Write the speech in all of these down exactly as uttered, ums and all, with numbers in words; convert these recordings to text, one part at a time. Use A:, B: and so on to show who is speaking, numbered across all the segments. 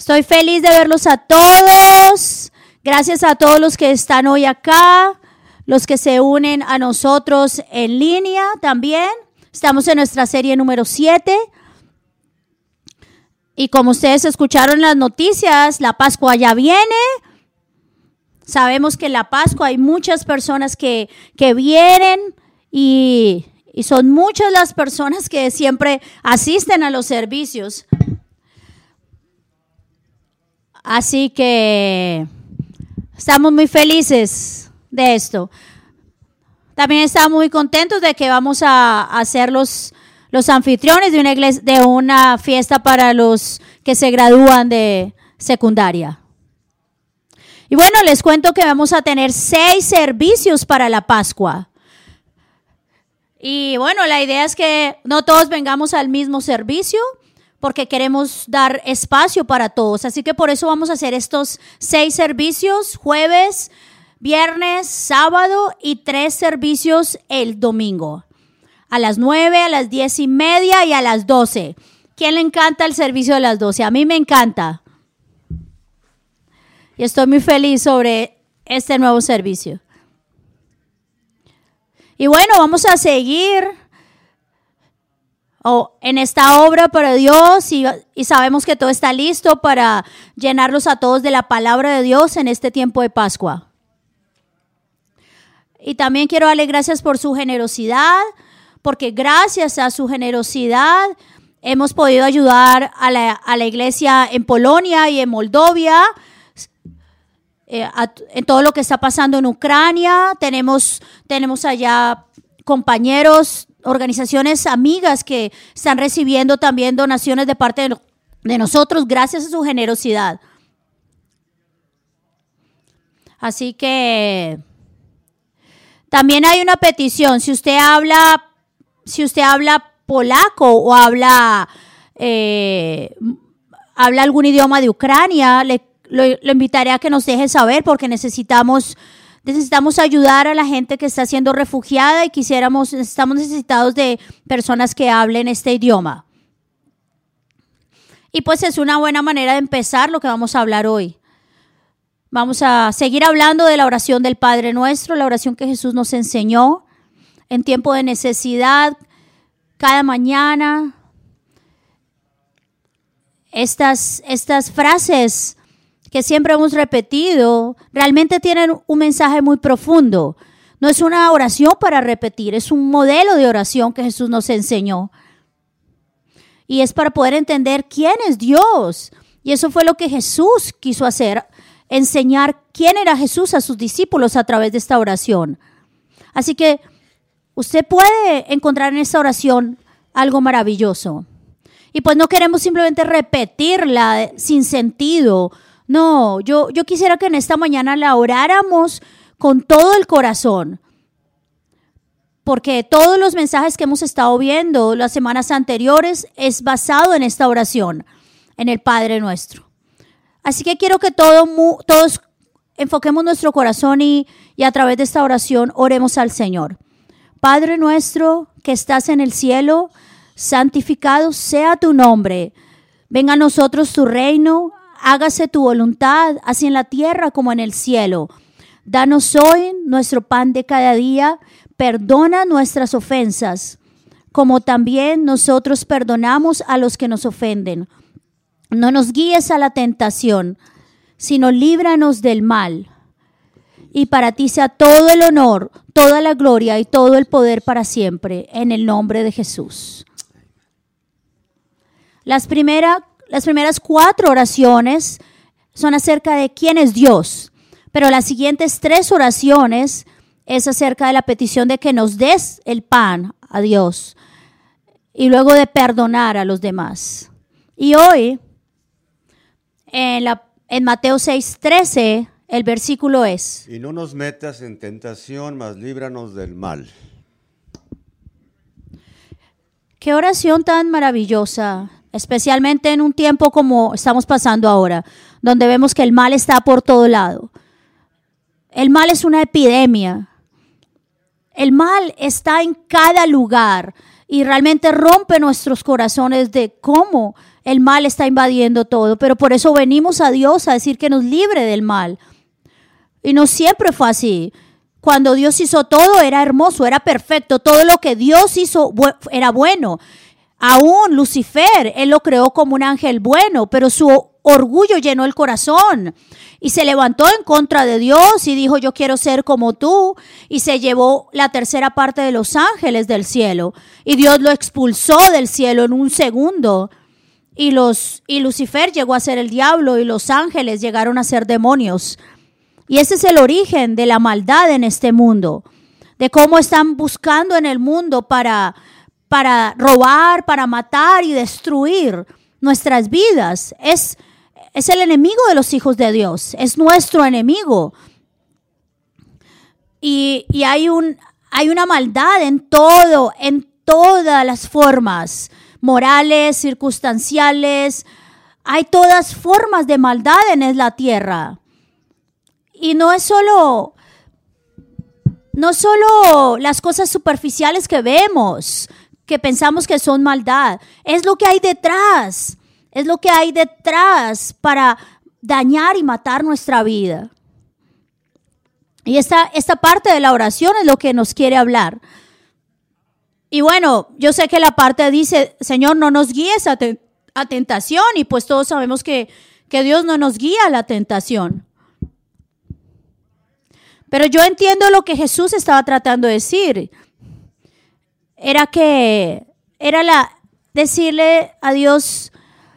A: Estoy feliz de verlos a todos. Gracias a todos los que están hoy acá, los que se unen a nosotros en línea también. Estamos en nuestra serie número siete. Y como ustedes escucharon en las noticias, la Pascua ya viene. Sabemos que en la Pascua hay muchas personas que, que vienen y, y son muchas las personas que siempre asisten a los servicios. Así que estamos muy felices de esto. También estamos muy contentos de que vamos a, a ser los, los anfitriones de una iglesia, de una fiesta para los que se gradúan de secundaria. Y bueno, les cuento que vamos a tener seis servicios para la Pascua. Y bueno, la idea es que no todos vengamos al mismo servicio, porque queremos dar espacio para todos. Así que por eso vamos a hacer estos seis servicios, jueves, viernes, sábado y tres servicios el domingo. A las nueve, a las diez y media y a las doce. ¿Quién le encanta el servicio de las doce? A mí me encanta. Y estoy muy feliz sobre este nuevo servicio. Y bueno, vamos a seguir Oh, en esta obra para Dios y, y sabemos que todo está listo para llenarlos a todos de la palabra de Dios en este tiempo de Pascua. Y también quiero darle gracias por su generosidad, porque gracias a su generosidad hemos podido ayudar a la, a la iglesia en Polonia y en Moldovia, eh, a, en todo lo que está pasando en Ucrania. Tenemos, tenemos allá compañeros, organizaciones amigas que están recibiendo también donaciones de parte de, no, de nosotros gracias a su generosidad. Así que también hay una petición. Si usted habla, si usted habla polaco o habla, eh, habla algún idioma de Ucrania, le, lo, lo invitaré a que nos deje saber porque necesitamos Necesitamos ayudar a la gente que está siendo refugiada y quisiéramos, estamos necesitados de personas que hablen este idioma. Y pues es una buena manera de empezar lo que vamos a hablar hoy. Vamos a seguir hablando de la oración del Padre Nuestro, la oración que Jesús nos enseñó en tiempo de necesidad, cada mañana. Estas, estas frases que siempre hemos repetido, realmente tienen un mensaje muy profundo. No es una oración para repetir, es un modelo de oración que Jesús nos enseñó. Y es para poder entender quién es Dios. Y eso fue lo que Jesús quiso hacer, enseñar quién era Jesús a sus discípulos a través de esta oración. Así que usted puede encontrar en esta oración algo maravilloso. Y pues no queremos simplemente repetirla sin sentido. No, yo, yo quisiera que en esta mañana la oráramos con todo el corazón, porque todos los mensajes que hemos estado viendo las semanas anteriores es basado en esta oración, en el Padre Nuestro. Así que quiero que todo, todos enfoquemos nuestro corazón y, y a través de esta oración oremos al Señor. Padre nuestro que estás en el cielo, santificado sea tu nombre. Venga a nosotros tu reino. Hágase tu voluntad, así en la tierra como en el cielo. Danos hoy nuestro pan de cada día. Perdona nuestras ofensas, como también nosotros perdonamos a los que nos ofenden. No nos guíes a la tentación, sino líbranos del mal. Y para ti sea todo el honor, toda la gloria y todo el poder para siempre, en el nombre de Jesús. Las primeras Las primeras cuatro oraciones son acerca de quién es Dios, pero las siguientes tres oraciones es acerca de la petición de que nos des el pan a Dios y luego de perdonar a los demás. Y hoy, en, la, en Mateo seis trece, el versículo es:
B: Y no nos metas en tentación, mas líbranos del mal.
A: Qué oración tan maravillosa. Especialmente en un tiempo como estamos pasando ahora, donde vemos que el mal está por todo lado. El mal es una epidemia. El mal está en cada lugar. y realmente rompe nuestros corazones de cómo el mal está invadiendo todo. Pero por eso venimos a Dios a decir que nos libre del mal. Y no siempre fue así. Cuando Dios hizo todo era hermoso, era perfecto. Todo lo que Dios hizo era bueno. Aún Lucifer, él lo creó como un ángel bueno, pero su orgullo llenó el corazón y se levantó en contra de Dios y dijo: yo quiero ser como tú, y se llevó la tercera parte de los ángeles del cielo y Dios lo expulsó del cielo en un segundo, y, los, y Lucifer llegó a ser el diablo y los ángeles llegaron a ser demonios. Y ese es el origen de la maldad en este mundo, de cómo están buscando en el mundo para, para robar, para matar y destruir nuestras vidas. Es, es el enemigo de los hijos de Dios, es nuestro enemigo. Y, y hay, un, hay una maldad en todo, en todas las formas, morales, circunstanciales. Hay todas formas de maldad en la tierra. Y no es solo, no solo las cosas superficiales que vemos, que pensamos que son maldad. Es lo que hay detrás. Es lo que hay detrás para dañar y matar nuestra vida. Y esta, esta parte de la oración es lo que nos quiere hablar. Y bueno, yo sé que la parte dice: Señor, no nos guíes a, te- a tentación. Y pues todos sabemos que, que Dios no nos guía a la tentación. Pero yo entiendo lo que Jesús estaba tratando de decir. Era que, era la, decirle a Dios: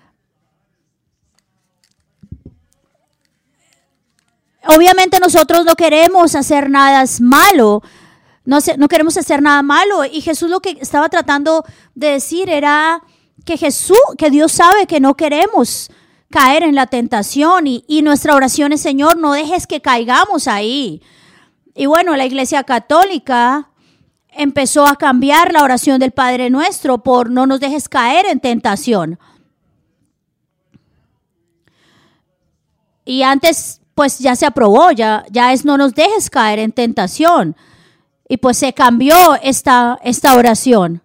A: obviamente nosotros no queremos hacer nada malo, no, no queremos hacer nada malo. Y Jesús lo que estaba tratando de decir era que Jesús, que Dios sabe que no queremos caer en la tentación. Y, y nuestra oración es: Señor, no dejes que caigamos ahí. Y bueno, la Iglesia Católica empezó a cambiar la oración del Padre Nuestro por: no nos dejes caer en tentación. Y antes pues ya se aprobó, ya, ya es: no nos dejes caer en tentación. Y pues se cambió esta, esta oración.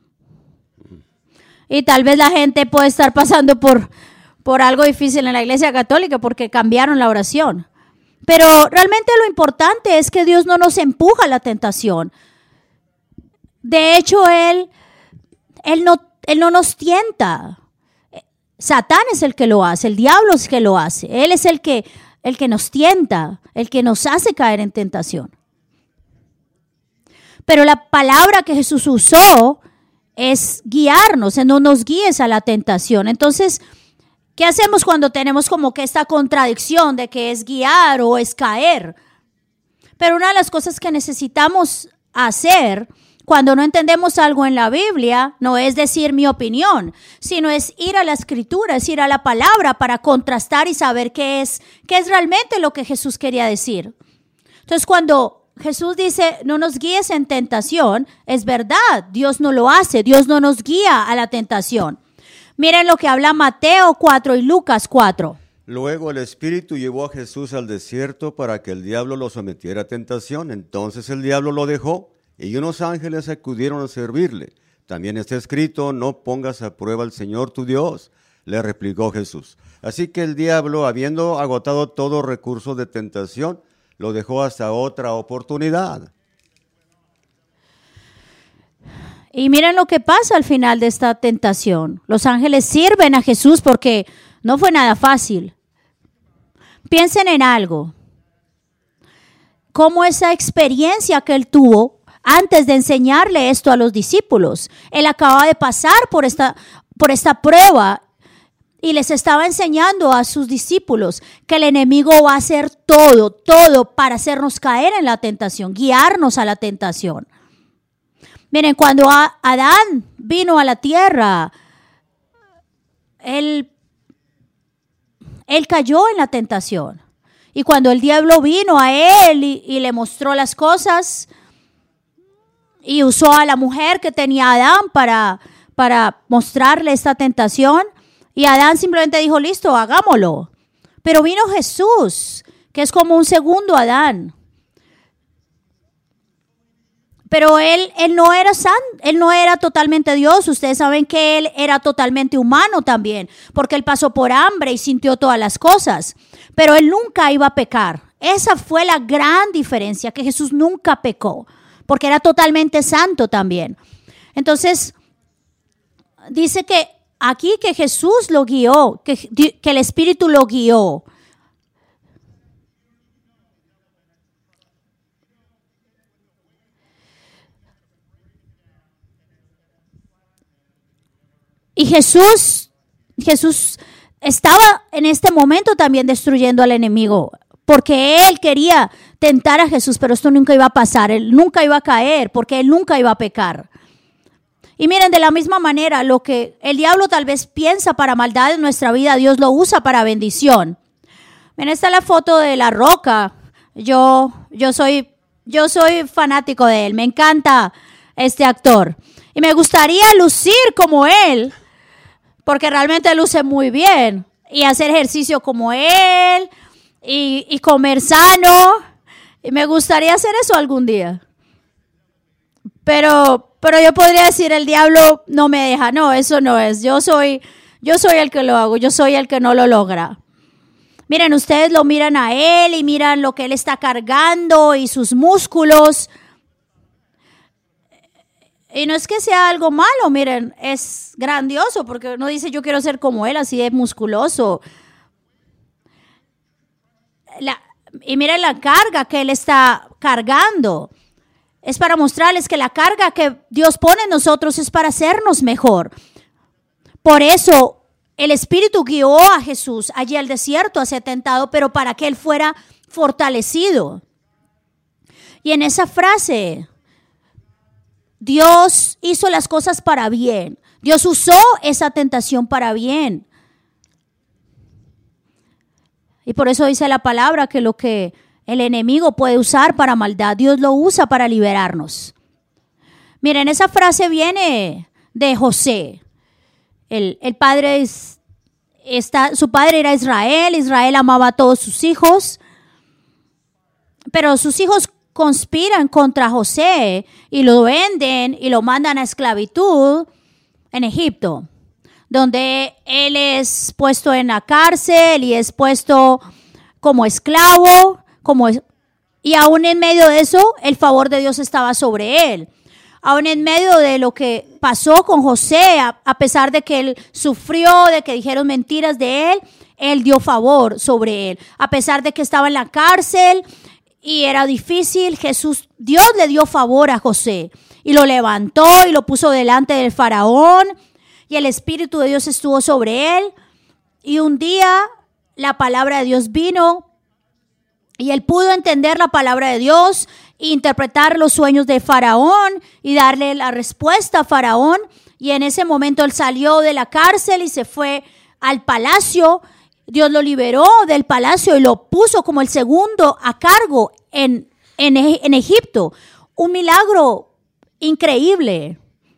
A: Y tal vez la gente puede estar pasando por, por algo difícil en la Iglesia Católica porque cambiaron la oración. Pero realmente lo importante es que Dios no nos empuja a la tentación. De hecho, Él, él, no, él no nos tienta. Satán es el que lo hace, el diablo es el que lo hace. Él es el que, el que nos tienta, el que nos hace caer en tentación. Pero la palabra que Jesús usó es guiarnos, no nos guíes a la tentación. Entonces, ¿qué hacemos cuando tenemos como que esta contradicción de que es guiar o es caer? Pero una de las cosas que necesitamos hacer cuando no entendemos algo en la Biblia no es decir mi opinión, sino es ir a la Escritura, es ir a la palabra para contrastar y saber qué es, qué es realmente lo que Jesús quería decir. Entonces, cuando Jesús dice no nos guíes en tentación, es verdad, Dios no lo hace, Dios no nos guía a la tentación. Miren lo que habla Mateo cuatro y Lucas cuatro.
B: Luego el Espíritu llevó a Jesús al desierto para que el diablo lo sometiera a tentación. Entonces el diablo lo dejó y unos ángeles acudieron a servirle. También está escrito: no pongas a prueba al Señor tu Dios, le replicó Jesús. Así que el diablo, habiendo agotado todo recurso de tentación, lo dejó hasta otra oportunidad.
A: Y miren lo que pasa al final de esta tentación. Los ángeles sirven a Jesús porque no fue nada fácil. Piensen en algo. Cómo esa experiencia que él tuvo antes de enseñarle esto a los discípulos. Él acababa de pasar por esta, por esta prueba y les estaba enseñando a sus discípulos que el enemigo va a hacer todo, todo para hacernos caer en la tentación, guiarnos a la tentación. Miren, cuando Adán vino a la tierra, él, él cayó en la tentación. Y cuando el diablo vino a él y, y le mostró las cosas y usó a la mujer que tenía Adán para, para mostrarle esta tentación, y Adán simplemente dijo: listo, hagámoslo. Pero vino Jesús, que es como un segundo Adán, Pero él, él no era san, él no era totalmente Dios. Ustedes saben que él era totalmente humano también, porque él pasó por hambre y sintió todas las cosas. Pero él nunca iba a pecar. Esa fue la gran diferencia, que Jesús nunca pecó, porque era totalmente santo también. Entonces, dice que aquí que Jesús lo guió, que, que el Espíritu lo guió. Y Jesús, Jesús estaba en este momento también destruyendo al enemigo, porque él quería tentar a Jesús, pero esto nunca iba a pasar, él nunca iba a caer, porque él nunca iba a pecar. Y miren, de la misma manera, lo que el diablo tal vez piensa para maldad en nuestra vida, Dios lo usa para bendición. Miren, esta es la foto de La Roca. Yo, yo soy, yo soy fanático de él, me encanta este actor. Y me gustaría lucir como él, porque realmente luce muy bien. Y hacer ejercicio como él, y, y comer sano. Y me gustaría hacer eso algún día. Pero, pero yo podría decir, el diablo no me deja. No, eso no es. Yo soy, yo soy el que lo hago. Yo soy el que no lo logra. Miren, ustedes lo miran a él y miran lo que él está cargando y sus músculos. Y no es que sea algo malo, miren, es grandioso, porque uno dice, yo quiero ser como él, así de musculoso. La, y miren la carga que él está cargando. Es para mostrarles que la carga que Dios pone en nosotros es para hacernos mejor. Por eso el Espíritu guió a Jesús allí al desierto a ser tentado, pero para que él fuera fortalecido. Y en esa frase, Dios hizo las cosas para bien. Dios usó esa tentación para bien. Y por eso dice la palabra que lo que el enemigo puede usar para maldad, Dios lo usa para liberarnos. Miren, esa frase viene de José. El, el padre es, está, su padre era Israel. Israel amaba a todos sus hijos. Pero sus hijos conspiran contra José y lo venden y lo mandan a esclavitud en Egipto, donde él es puesto en la cárcel y es puesto como esclavo, como es, y aún en medio de eso el favor de Dios estaba sobre él. Aún en medio de lo que pasó con José, a, a pesar de que él sufrió, de que dijeron mentiras de él, él dio favor sobre él. A pesar de que estaba en la cárcel y era difícil, Jesús, Dios le dio favor a José y lo levantó y lo puso delante del faraón y el Espíritu de Dios estuvo sobre él. Y un día la palabra de Dios vino y él pudo entender la palabra de Dios e interpretar los sueños de Faraón y darle la respuesta a Faraón. Y en ese momento él salió de la cárcel y se fue al palacio. Dios lo liberó del palacio y lo puso como el segundo a cargo en, en, en Egipto. Un milagro increíble.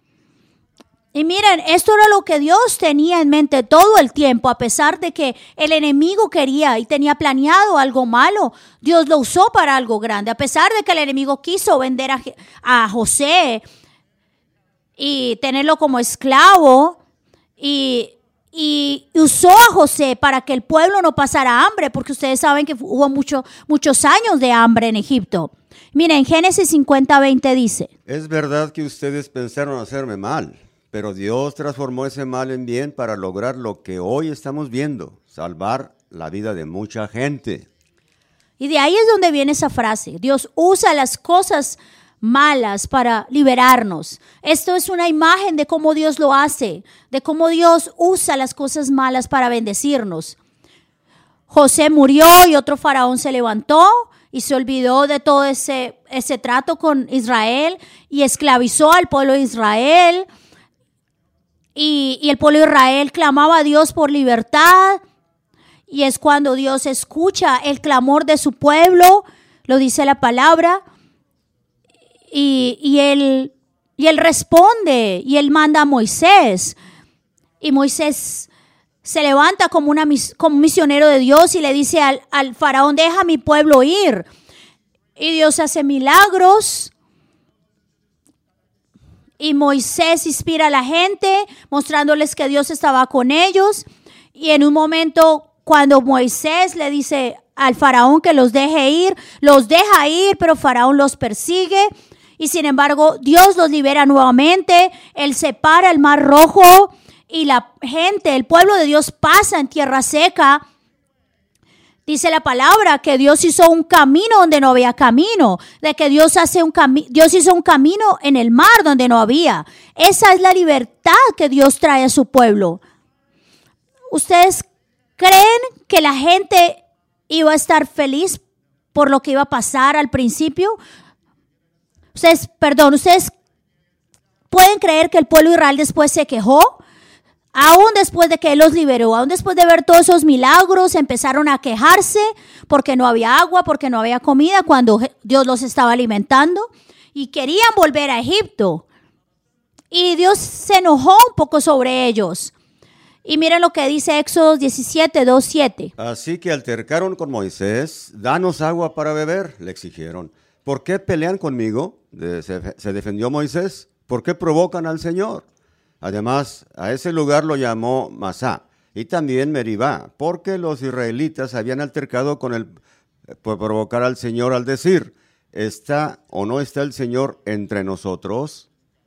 A: Y miren, esto era lo que Dios tenía en mente todo el tiempo, a pesar de que el enemigo quería y tenía planeado algo malo. Dios lo usó para algo grande, a pesar de que el enemigo quiso vender a, a José y tenerlo como esclavo y Y usó a José para que el pueblo no pasara hambre, porque ustedes saben que hubo mucho, muchos años de hambre en Egipto. Miren, Génesis cincuenta, veinte dice:
B: Es verdad que ustedes pensaron hacerme mal, pero Dios transformó ese mal en bien para lograr lo que hoy estamos viendo, salvar la vida de mucha gente.
A: Y de ahí es donde viene esa frase. Dios usa las cosas malas para liberarnos. Esto es una imagen de cómo Dios lo hace, de cómo Dios usa las cosas malas para bendecirnos. José murió y otro faraón se levantó y se olvidó de todo ese, ese trato con Israel y esclavizó al pueblo de Israel. Y, y el pueblo de Israel clamaba a Dios por libertad. Y es cuando Dios escucha el clamor de su pueblo, lo dice la palabra. Y, y, él, y él responde y él manda a Moisés. Y Moisés se levanta como, una, como un misionero de Dios y le dice al, al faraón: deja a mi pueblo ir. Y Dios hace milagros. y Moisés inspira a la gente, mostrándoles que Dios estaba con ellos. Y en un momento, cuando Moisés le dice al faraón que los deje ir, los deja ir, pero faraón los persigue. Y sin embargo, Dios los libera nuevamente. Él separa el mar rojo y la gente, el pueblo de Dios pasa en tierra seca. Dice la palabra que Dios hizo un camino donde no había camino, de que Dios hace un cami- Dios hizo un camino en el mar donde no había. Esa es la libertad que Dios trae a su pueblo. ¿Ustedes creen que la gente iba a estar feliz por lo que iba a pasar al principio? Ustedes, perdón, ustedes pueden creer que el pueblo de Israel después se quejó. Aún después de que Él los liberó, aún después de ver todos esos milagros, empezaron a quejarse porque no había agua, porque no había comida, cuando Dios los estaba alimentando y querían volver a Egipto. Y Dios se enojó un poco sobre ellos. Y miren lo que dice Éxodo diecisiete, dos, siete.
B: Así que altercaron con Moisés, danos agua para beber, le exigieron. ¿Por qué pelean conmigo? De- se, se defendió Moisés. ¿Por qué provocan al Señor? Además, a ese lugar lo llamó Masá y también Meribá, porque los israelitas habían altercado con el, por provocar al Señor al decir, ¿está o no está el Señor entre nosotros?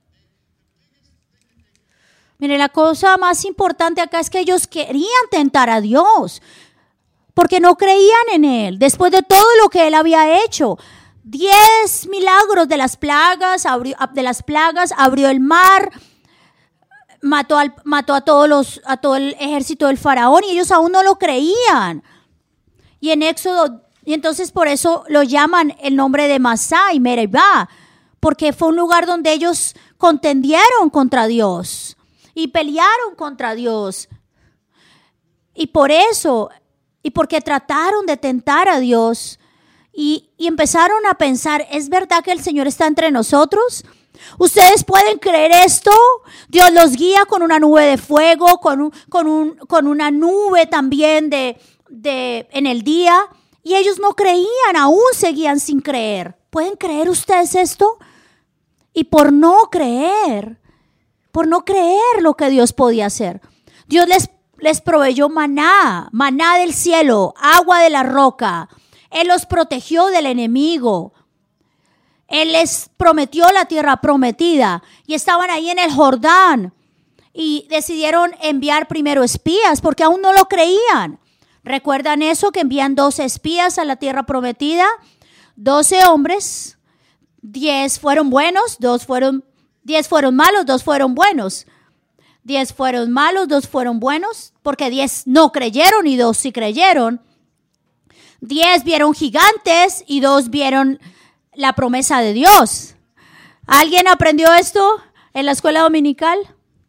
A: Mire, la cosa más importante acá es que ellos querían tentar a Dios, porque no creían en Él, después de todo lo que Él había hecho. Diez milagros de las plagas, abrió, de las plagas, abrió el mar, Mató, al, mató a, todos los, a todo el ejército del faraón y ellos aún no lo creían. Y en Éxodo, y entonces por eso lo llaman el nombre de Masá y Meribá, porque fue un lugar donde ellos contendieron contra Dios y pelearon contra Dios. Y por eso, y porque trataron de tentar a Dios y, y empezaron a pensar, ¿es verdad que el Señor está entre nosotros? ¿Ustedes pueden creer esto? Dios los guía con una nube de fuego, con, un, con, un, con una nube también de, de, en el día. Y ellos no creían, aún seguían sin creer. ¿Pueden creer ustedes esto? Y por no creer, por no creer lo que Dios podía hacer, Dios les, les proveyó maná, maná del cielo, agua de la roca. Él los protegió del enemigo. Él les prometió la tierra prometida y estaban ahí en el Jordán y decidieron enviar primero espías porque aún no lo creían. ¿Recuerdan eso? Que envían doce espías a la tierra prometida, doce hombres, diez fueron buenos, dos fueron, diez fueron malos, dos fueron buenos. Diez fueron malos, dos fueron buenos, porque diez no creyeron y dos sí creyeron. Diez vieron gigantes y dos vieron la promesa de Dios. ¿Alguien aprendió esto en la escuela dominical?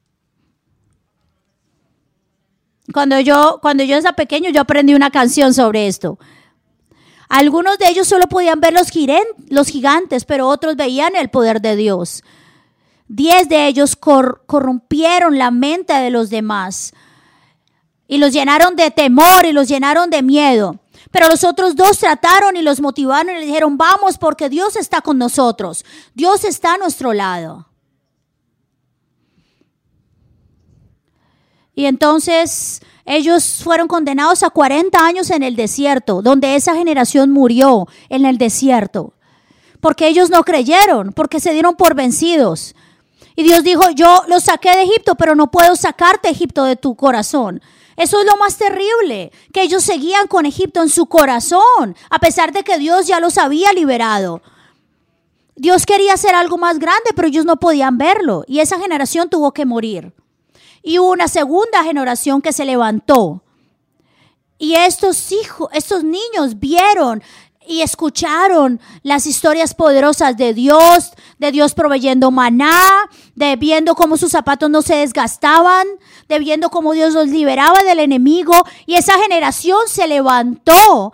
A: Cuando yo, cuando yo era pequeño, yo aprendí una canción sobre esto. Algunos de ellos solo podían ver los, giren, los gigantes, pero otros veían el poder de Dios. Diez de ellos cor, corrompieron la mente de los demás y los llenaron de temor y los llenaron de miedo. Pero los otros dos trataron y los motivaron y le dijeron, vamos porque Dios está con nosotros. Dios está a nuestro lado. Y entonces ellos fueron condenados a cuarenta años en el desierto, donde esa generación murió en el desierto. Porque ellos no creyeron, porque se dieron por vencidos. Y Dios dijo, yo los saqué de Egipto, pero no puedo sacarte Egipto de tu corazón. Eso es lo más terrible, que ellos seguían con Egipto en su corazón, a pesar de que Dios ya los había liberado. Dios quería hacer algo más grande, pero ellos no podían verlo. Y esa generación tuvo que morir. Y hubo una segunda generación que se levantó. Y estos hijos, estos niños vieron y escucharon las historias poderosas de Dios, de Dios proveyendo maná, de viendo cómo sus zapatos no se desgastaban, de viendo cómo Dios los liberaba del enemigo. Y esa generación se levantó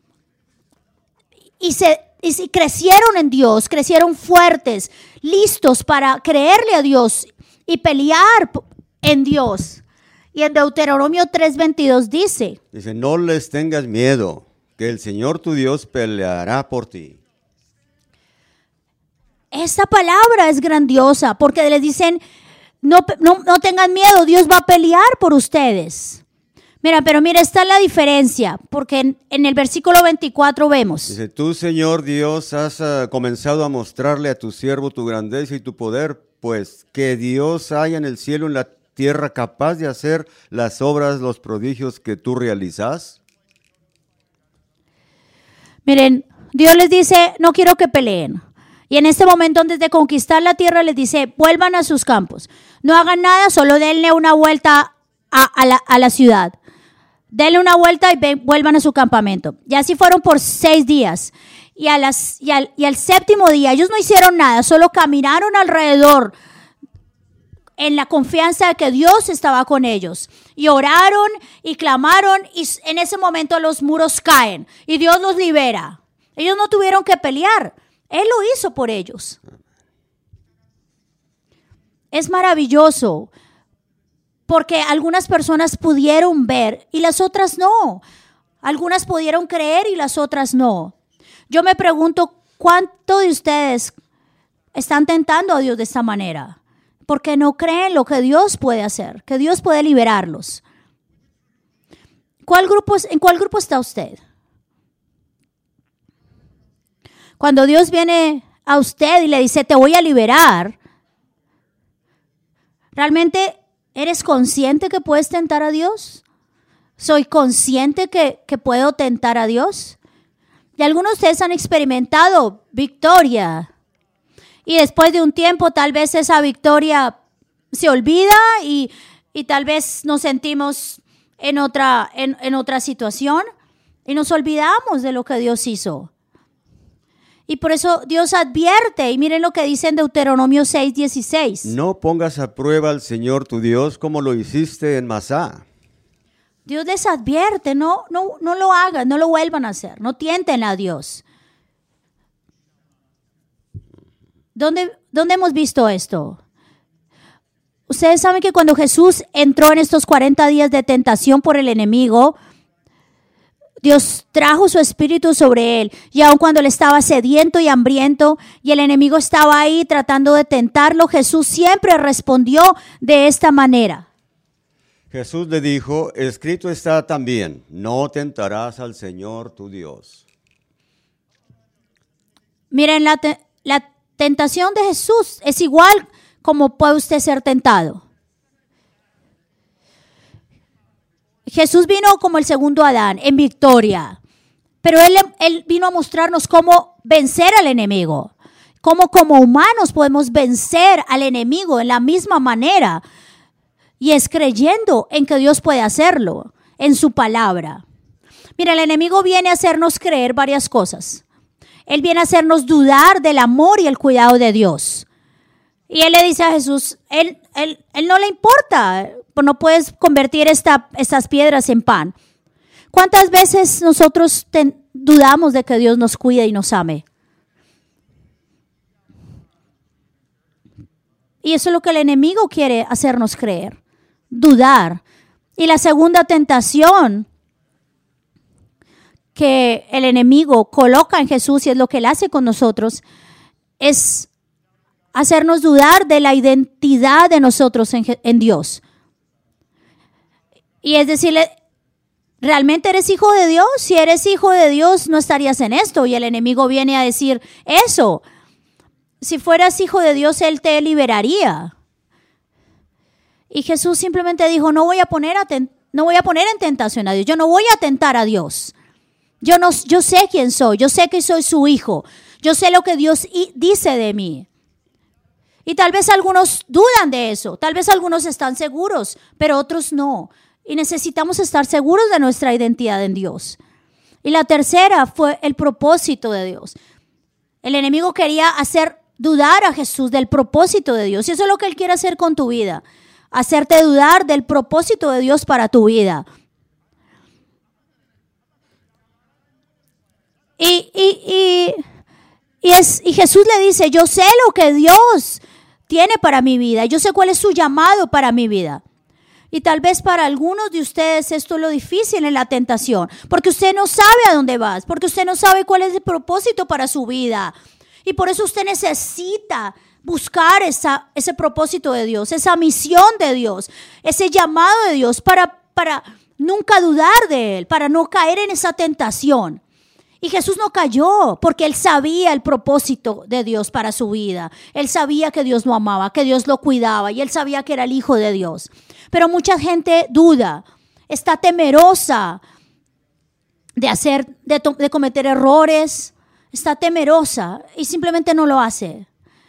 A: y se y crecieron en Dios, crecieron fuertes, listos para creerle a Dios y pelear en Dios. Y en Deuteronomio tres veintidós dice,
B: Dice, no les tengas miedo, que el Señor tu Dios peleará por ti.
A: esta palabra es grandiosa porque les dicen, no, no, no tengan miedo, Dios va a pelear por ustedes. Mira, pero mira, esta es la diferencia, porque en, en el versículo veinticuatro vemos.
B: Dice, tú, Señor Dios, has uh, comenzado a mostrarle a tu siervo tu grandeza y tu poder, pues que Dios haya en el cielo y en la tierra capaz de hacer las obras, los prodigios que tú realizas.
A: Miren, Dios les dice, no quiero que peleen. Y en este momento, antes de conquistar la tierra, les dice, vuelvan a sus campos. No hagan nada, solo denle una vuelta a, a, la, a la ciudad. Denle una vuelta y ven, vuelvan a su campamento. Y así fueron por seis días. Y, a las, y, al, y al séptimo día, ellos no hicieron nada, solo caminaron alrededor en la confianza de que Dios estaba con ellos. Y oraron y clamaron y en ese momento los muros caen y Dios los libera. Ellos no tuvieron que pelear. Él lo hizo por ellos. Es maravilloso porque algunas personas pudieron ver y las otras no. Algunas pudieron creer y las otras no. Yo me pregunto, ¿cuántos de ustedes están tentando a Dios de esta manera? Porque no creen lo que Dios puede hacer, que Dios puede liberarlos. ¿Cuál grupo, ¿En cuál grupo está usted? Cuando Dios viene a usted y le dice, te voy a liberar, ¿realmente eres consciente que puedes tentar a Dios? ¿Soy consciente que, que puedo tentar a Dios? Y algunos de ustedes han experimentado victoria. Y después de un tiempo tal vez esa victoria se olvida y, y tal vez nos sentimos en otra, en, en otra situación y nos olvidamos de lo que Dios hizo. Y por eso Dios advierte, y miren lo que dice en Deuteronomio seis dieciséis.
B: No pongas a prueba al Señor tu Dios como lo hiciste en Masá.
A: Dios les advierte, no, no, no lo hagan, no lo vuelvan a hacer, no tienten a Dios. ¿Dónde, ¿Dónde hemos visto esto? Ustedes saben que cuando Jesús entró en estos cuarenta días de tentación por el enemigo, Dios trajo su espíritu sobre él. Y aun cuando él estaba sediento y hambriento y el enemigo estaba ahí tratando de tentarlo, Jesús siempre respondió de esta manera.
B: Jesús le dijo, escrito está también, no tentarás al Señor tu Dios. Miren,
A: la, te, la tentación de Jesús es igual como puede usted ser tentado. Jesús vino como el segundo Adán, en victoria. Pero él, él vino a mostrarnos cómo vencer al enemigo. Cómo como humanos podemos vencer al enemigo en la misma manera. Y es creyendo en que Dios puede hacerlo, en su palabra. Mira, el enemigo viene a hacernos creer varias cosas. Él viene a hacernos dudar del amor y el cuidado de Dios. Y él le dice a Jesús, él, él, él no le importa, no puedes convertir esta, estas piedras en pan. ¿Cuántas veces nosotros ten, dudamos de que Dios nos cuide y nos ame? Y eso es lo que el enemigo quiere hacernos creer, dudar. Y la segunda tentación que el enemigo coloca en Jesús, y es lo que él hace con nosotros, es hacernos dudar de la identidad de nosotros en, en Dios. Y es decirle, ¿realmente eres hijo de Dios? Si eres hijo de Dios, no estarías en esto. Y el enemigo viene a decir eso. Si fueras hijo de Dios, Él te liberaría. Y Jesús simplemente dijo, no voy a poner, a ten- no voy a poner en tentación a Dios. Yo no voy a tentar a Dios. Yo, no, yo sé quién soy. Yo sé que soy su hijo. Yo sé lo que Dios i- dice de mí. Y tal vez algunos dudan de eso, tal vez algunos están seguros, pero otros no. Y necesitamos estar seguros de nuestra identidad en Dios. Y la tercera fue el propósito de Dios. El enemigo quería hacer dudar a Jesús del propósito de Dios. Y eso es lo que Él quiere hacer con tu vida. Hacerte dudar del propósito de Dios para tu vida. Y, y, y, y, es, y Jesús le dice, yo sé lo que Dios tiene para mi vida. Yo sé cuál es su llamado para mi vida. Y tal vez para algunos de ustedes esto es lo difícil en la tentación. Porque usted no sabe a dónde vas. Porque usted no sabe cuál es el propósito para su vida. Y por eso usted necesita buscar esa, ese propósito de Dios, esa misión de Dios, ese llamado de Dios para, para nunca dudar de Él, para no caer en esa tentación. Y Jesús no cayó porque Él sabía el propósito de Dios para su vida. Él sabía que Dios lo amaba, que Dios lo cuidaba y Él sabía que era el Hijo de Dios. Pero mucha gente duda, está temerosa de hacer, de, to- de cometer errores, está temerosa y simplemente no lo hace.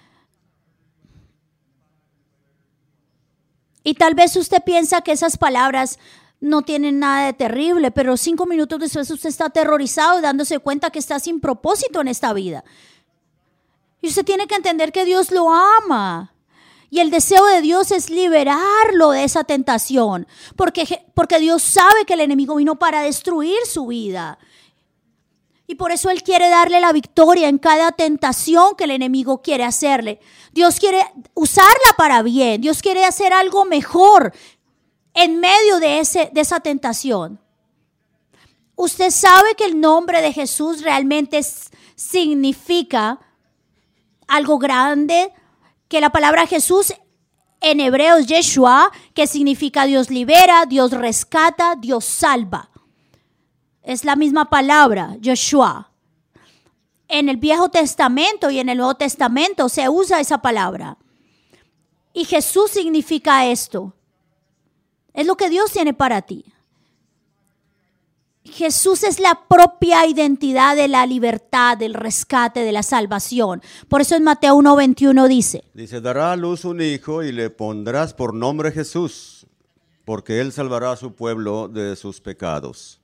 A: Y tal vez usted piensa que esas palabras no tienen nada de terrible, pero cinco minutos después usted está aterrorizado y dándose cuenta que está sin propósito en esta vida. Y usted tiene que entender que Dios lo ama. Y el deseo de Dios es liberarlo de esa tentación, porque, porque Dios sabe que el enemigo vino para destruir su vida. Y por eso Él quiere darle la victoria en cada tentación que el enemigo quiere hacerle. Dios quiere usarla para bien. Dios quiere hacer algo mejor en medio de, ese, de esa tentación. Usted sabe que el nombre de Jesús realmente es, significa algo grande, que la palabra Jesús en hebreo es Yeshua, que significa Dios libera, Dios rescata, Dios salva. Es la misma palabra, Yeshua. En el Viejo Testamento y en el Nuevo Testamento se usa esa palabra. Y Jesús significa esto. Es lo que Dios tiene para ti. Jesús es la propia identidad de la libertad, del rescate, de la salvación. Por eso en Mateo uno veintiuno dice.
B: Dice, dará a luz un hijo y le pondrás por nombre Jesús, porque él salvará a su pueblo de sus pecados.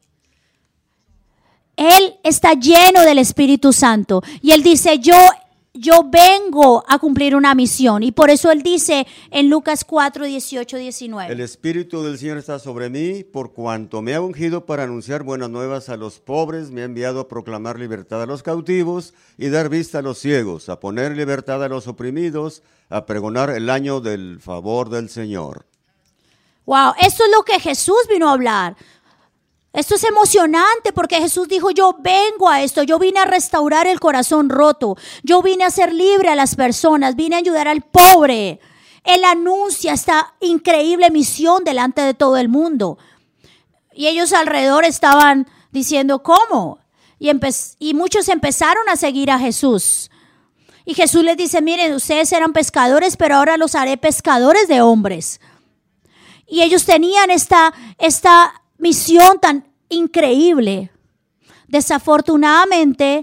A: Él está lleno del Espíritu Santo y Él dice, yo, yo vengo a cumplir una misión. Y por eso Él dice en Lucas cuatro, dieciocho, diecinueve.
B: El Espíritu del Señor está sobre mí, por cuanto me ha ungido para anunciar buenas nuevas a los pobres, me ha enviado a proclamar libertad a los cautivos y dar vista a los ciegos, a poner libertad a los oprimidos, a pregonar el año del favor del Señor.
A: Wow, esto es lo que Jesús vino a hablar. Esto es emocionante porque Jesús dijo, yo vengo a esto, yo vine a restaurar el corazón roto, yo vine a hacer libre a las personas, vine a ayudar al pobre. Él anuncia esta increíble misión delante de todo el mundo. Y ellos alrededor estaban diciendo, ¿cómo? Y, empe- y muchos empezaron a seguir a Jesús. Y Jesús les dice, miren, ustedes eran pescadores, pero ahora los haré pescadores de hombres. Y ellos tenían esta, esta misión tan increíble. Desafortunadamente,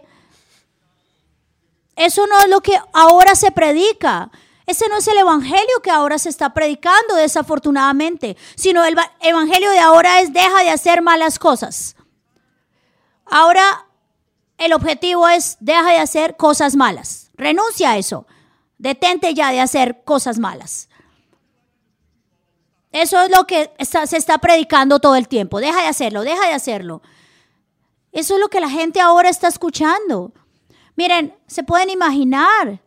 A: eso no es lo que ahora se predica. Ese no es el evangelio que ahora se está predicando, desafortunadamente. Sino el evangelio de ahora es deja de hacer malas cosas. Ahora el objetivo es deja de hacer cosas malas. Renuncia a eso. Detente ya de hacer cosas malas. Eso es lo que está, se está predicando todo el tiempo. Deja de hacerlo, deja de hacerlo. Eso es lo que la gente ahora está escuchando. Miren, se pueden imaginar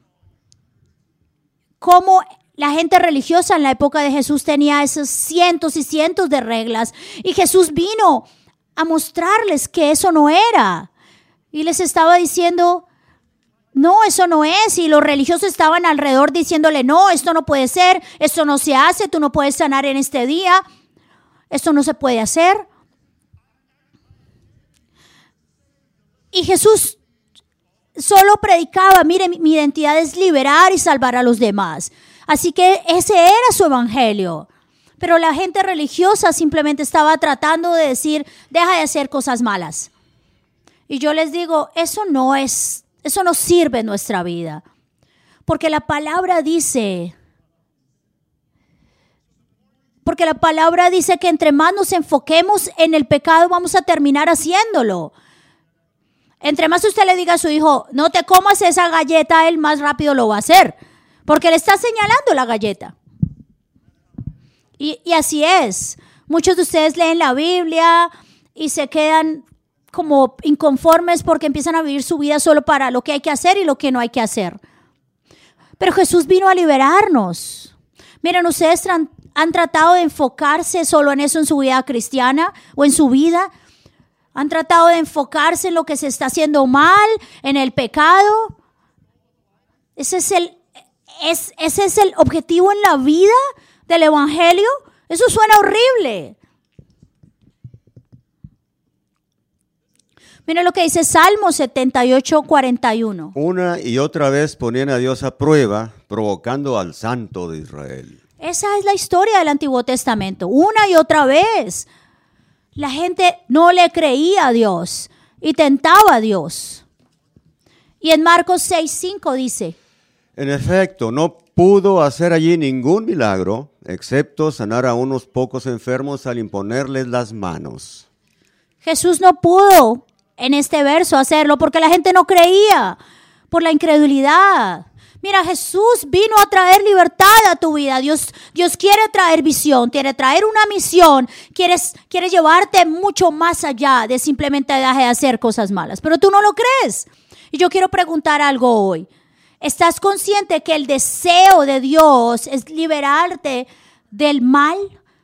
A: cómo la gente religiosa en la época de Jesús tenía esos cientos y cientos de reglas. Y Jesús vino a mostrarles que eso no era. Y les estaba diciendo, no, eso no es. Y los religiosos estaban alrededor diciéndole, no, esto no puede ser, esto no se hace, tú no puedes sanar en este día, esto no se puede hacer. Y Jesús solo predicaba, mire, mi identidad es liberar y salvar a los demás. Así que ese era su evangelio. Pero la gente religiosa simplemente estaba tratando de decir, deja de hacer cosas malas. Y yo les digo, eso no es, eso no sirve en nuestra vida. Porque la palabra dice, porque la palabra dice que entre más nos enfoquemos en el pecado, vamos a terminar haciéndolo. Entre más usted le diga a su hijo, no te comas esa galleta, él más rápido lo va a hacer. Porque le está señalando la galleta. Y, y así es. Muchos de ustedes leen la Biblia y se quedan como inconformes porque empiezan a vivir su vida solo para lo que hay que hacer y lo que no hay que hacer. Pero Jesús vino a liberarnos. Miren, ustedes tra- han tratado de enfocarse solo en eso en su vida cristiana o en su vida. Han tratado de enfocarse en lo que se está haciendo mal, en el pecado. Ese es el, es, ese es el objetivo en la vida del evangelio. Eso suena horrible. Mira lo que dice Salmo setenta y ocho, cuarenta y uno.
B: Una y otra vez ponían a Dios a prueba, provocando al Santo de Israel.
A: Esa es la historia del Antiguo Testamento. Una y otra vez. La gente no le creía a Dios y tentaba a Dios. Y en Marcos seis, cinco dice:
B: En efecto, no pudo hacer allí ningún milagro, excepto sanar a unos pocos enfermos al imponerles las manos.
A: Jesús no pudo en este verso hacerlo porque la gente no creía, por la incredulidad. Mira, Jesús vino a traer libertad a tu vida. Dios, Dios quiere traer visión, quiere traer una misión, quieres, quiere llevarte mucho más allá de simplemente dejar de hacer cosas malas. Pero tú no lo crees. Y yo quiero preguntar algo hoy. ¿Estás consciente que el deseo de Dios es liberarte del mal?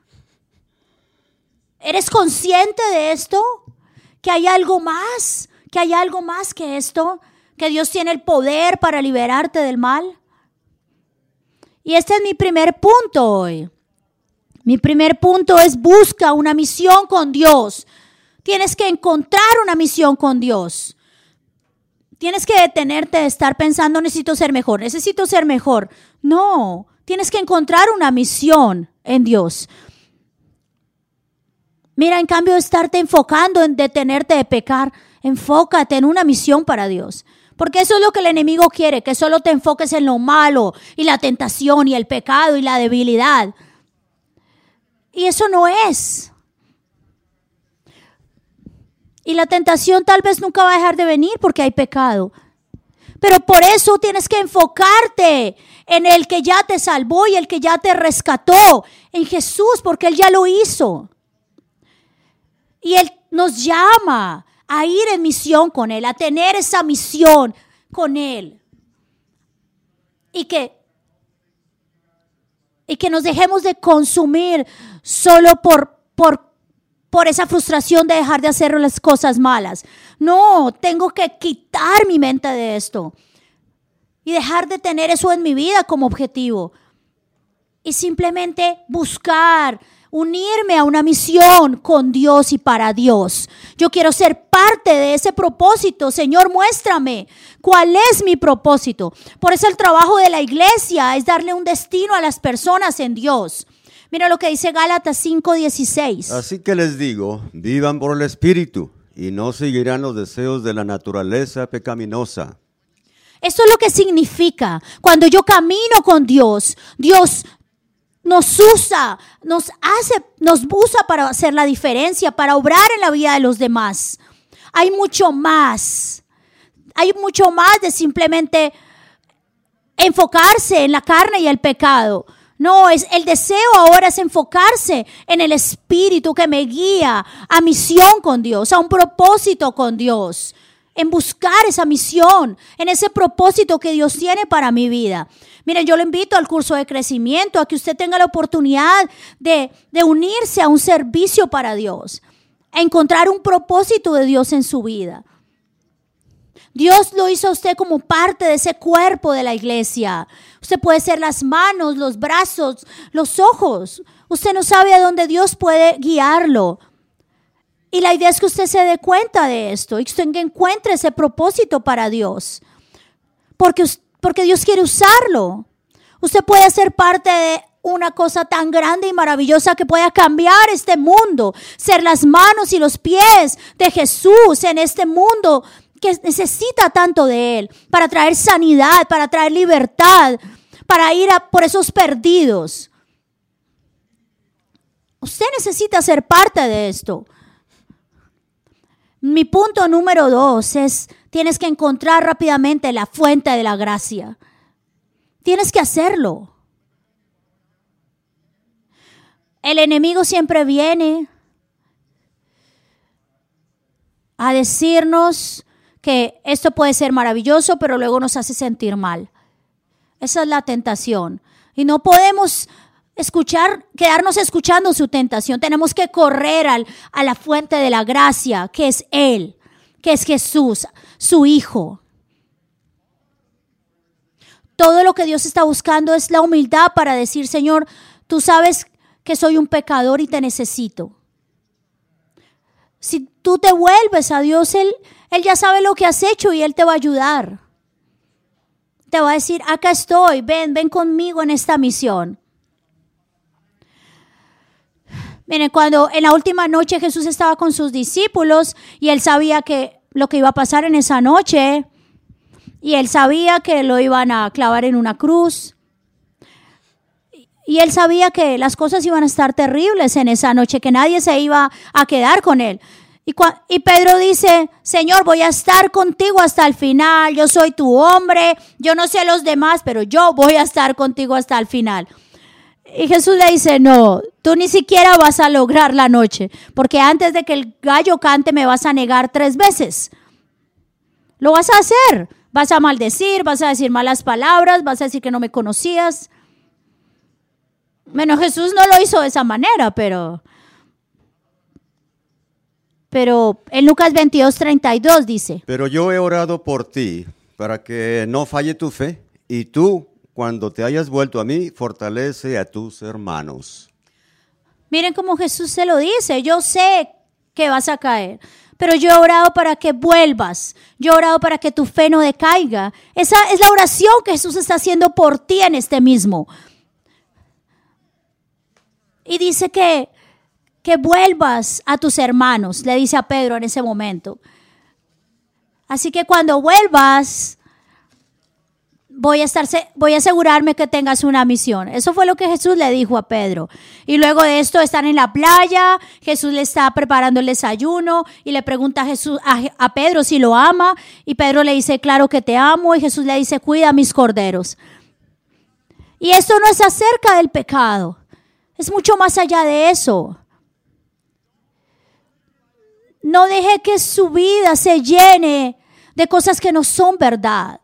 A: ¿Eres consciente de esto? ¿Que hay algo más? ¿Que hay algo más que esto? ¿Que Dios tiene el poder para liberarte del mal? Y este es mi primer punto hoy. Mi primer punto es: busca una misión con Dios. Tienes que encontrar una misión con Dios. Tienes que detenerte de estar pensando: necesito ser mejor, necesito ser mejor. No, tienes que encontrar una misión en Dios. Mira, en cambio de estarte enfocando en detenerte de pecar, enfócate en una misión para Dios. Porque eso es lo que el enemigo quiere, que solo te enfoques en lo malo y la tentación y el pecado y la debilidad. Y eso no es. Y la tentación tal vez nunca va a dejar de venir porque hay pecado. Pero por eso tienes que enfocarte en el que ya te salvó y el que ya te rescató, en Jesús, porque Él ya lo hizo. Y Él nos llama a ir en misión con Él, a tener esa misión con Él. Y que, y que nos dejemos de consumir solo por, por, por esa frustración de dejar de hacer las cosas malas. No, tengo que quitar mi mente de esto y dejar de tener eso en mi vida como objetivo. Y simplemente buscar unirme a una misión con Dios y para Dios. Yo quiero ser parte de ese propósito. Señor, muéstrame cuál es mi propósito. Por eso el trabajo de la iglesia es darle un destino a las personas en Dios. Mira lo que dice Gálatas cinco dieciséis.
B: Así que les digo, vivan por el Espíritu y no seguirán los deseos de la naturaleza pecaminosa.
A: Esto es lo que significa. Cuando yo camino con Dios, Dios nos usa, nos hace, nos usa para hacer la diferencia, para obrar en la vida de los demás. Hay mucho más. Hay mucho más de simplemente enfocarse en la carne y el pecado. No, es el deseo ahora es enfocarse en el Espíritu que me guía a misión con Dios, a un propósito con Dios, en buscar esa misión, en ese propósito que Dios tiene para mi vida. Miren, yo lo invito al curso de crecimiento, a que usted tenga la oportunidad de, de unirse a un servicio para Dios, a encontrar un propósito de Dios en su vida. Dios lo hizo a usted como parte de ese cuerpo de la iglesia. Usted puede ser las manos, los brazos, los ojos. Usted no sabe a dónde Dios puede guiarlo. Y la idea es que usted se dé cuenta de esto y que usted encuentre ese propósito para Dios. Porque, porque Dios quiere usarlo. Usted puede ser parte de una cosa tan grande y maravillosa que pueda cambiar este mundo. Ser las manos y los pies de Jesús en este mundo que necesita tanto de Él. Para traer sanidad, para traer libertad, para ir a por esos perdidos. Usted necesita ser parte de esto. Mi punto número dos es, tienes que encontrar rápidamente la fuente de la gracia. Tienes que hacerlo. El enemigo siempre viene a decirnos que esto puede ser maravilloso, pero luego nos hace sentir mal. Esa es la tentación. Y no podemos escuchar, quedarnos escuchando su tentación. Tenemos que correr al, a la fuente de la gracia, que es Él, que es Jesús, su Hijo. Todo lo que Dios está buscando es la humildad para decir, Señor, tú sabes que soy un pecador y te necesito. Si tú te vuelves a Dios, Él, Él ya sabe lo que has hecho y Él te va a ayudar. Te va a decir, acá estoy, ven, ven conmigo en esta misión. Miren, cuando en la última noche Jesús estaba con sus discípulos y Él sabía que lo que iba a pasar en esa noche, y Él sabía que lo iban a clavar en una cruz, y Él sabía que las cosas iban a estar terribles en esa noche, que nadie se iba a quedar con Él. Y, y Pedro dice, Señor, voy a estar contigo hasta el final, yo soy tu hombre, yo no sé los demás, pero yo voy a estar contigo hasta el final. Y Jesús le dice, no, tú ni siquiera vas a lograr la noche, porque antes de que el gallo cante me vas a negar tres veces. Lo vas a hacer, vas a maldecir, vas a decir malas palabras, vas a decir que no me conocías. Bueno, Jesús no lo hizo de esa manera, pero... Pero en Lucas veintidós, treinta y dos dice,
B: pero yo he orado por ti para que no falle tu fe, y tú, cuando te hayas vuelto a mí, fortalece a tus hermanos.
A: Miren cómo Jesús se lo dice, yo sé que vas a caer, pero yo he orado para que vuelvas, yo he orado para que tu fe no decaiga. Esa es la oración que Jesús está haciendo por ti en este mismo. Y dice que que vuelvas a tus hermanos, le dice a Pedro en ese momento. Así que cuando vuelvas, voy a estar, voy a asegurarme que tengas una misión. Eso fue lo que Jesús le dijo a Pedro. Y luego de esto están en la playa, Jesús le está preparando el desayuno y le pregunta a, Jesús, a, a Pedro si lo ama. Y Pedro le dice, claro que te amo. Y Jesús le dice, cuida mis corderos. Y esto no es acerca del pecado, es mucho más allá de eso. No deje que su vida se llene de cosas que no son verdad.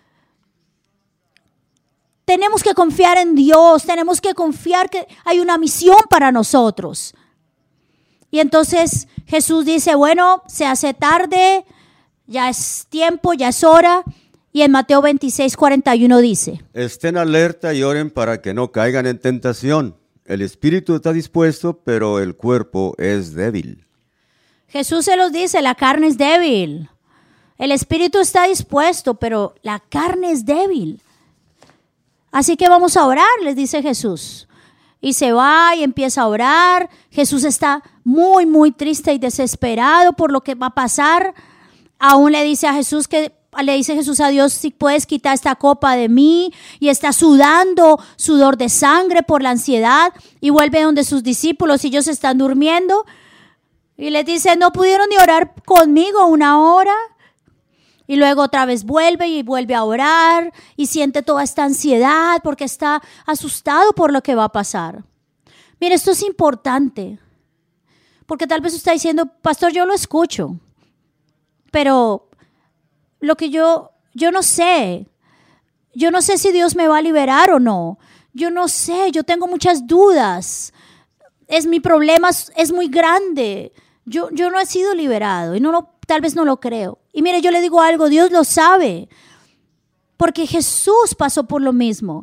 A: Tenemos que confiar en Dios, tenemos que confiar que hay una misión para nosotros. Y entonces Jesús dice, bueno, se hace tarde, ya es tiempo, ya es hora. Y en Mateo veintiséis, cuarenta y uno dice,
B: estén alerta y oren para que no caigan en tentación. El espíritu está dispuesto, pero el cuerpo es débil.
A: Jesús se los dice, la carne es débil. El espíritu está dispuesto, pero la carne es débil. Así que vamos a orar, les dice Jesús. Y se va y empieza a orar. Jesús está muy, muy triste y desesperado por lo que va a pasar. Aún le dice a Jesús que le dice Jesús a Dios, si puedes quitar esta copa de mí. Y está sudando sudor de sangre por la ansiedad. Y vuelve donde sus discípulos y ellos están durmiendo. Y les dice, ¿no pudieron ni orar conmigo una hora? Y luego otra vez vuelve y vuelve a orar y siente toda esta ansiedad porque está asustado por lo que va a pasar. Mire, esto es importante. Porque tal vez usted está diciendo, pastor, yo lo escucho. Pero lo que yo, yo no sé. Yo no sé si Dios me va a liberar o no. Yo no sé, yo tengo muchas dudas. Es mi problema, es muy grande. Yo, yo no he sido liberado y no lo, tal vez no lo creo. Y mire, yo le digo algo, Dios lo sabe, porque Jesús pasó por lo mismo.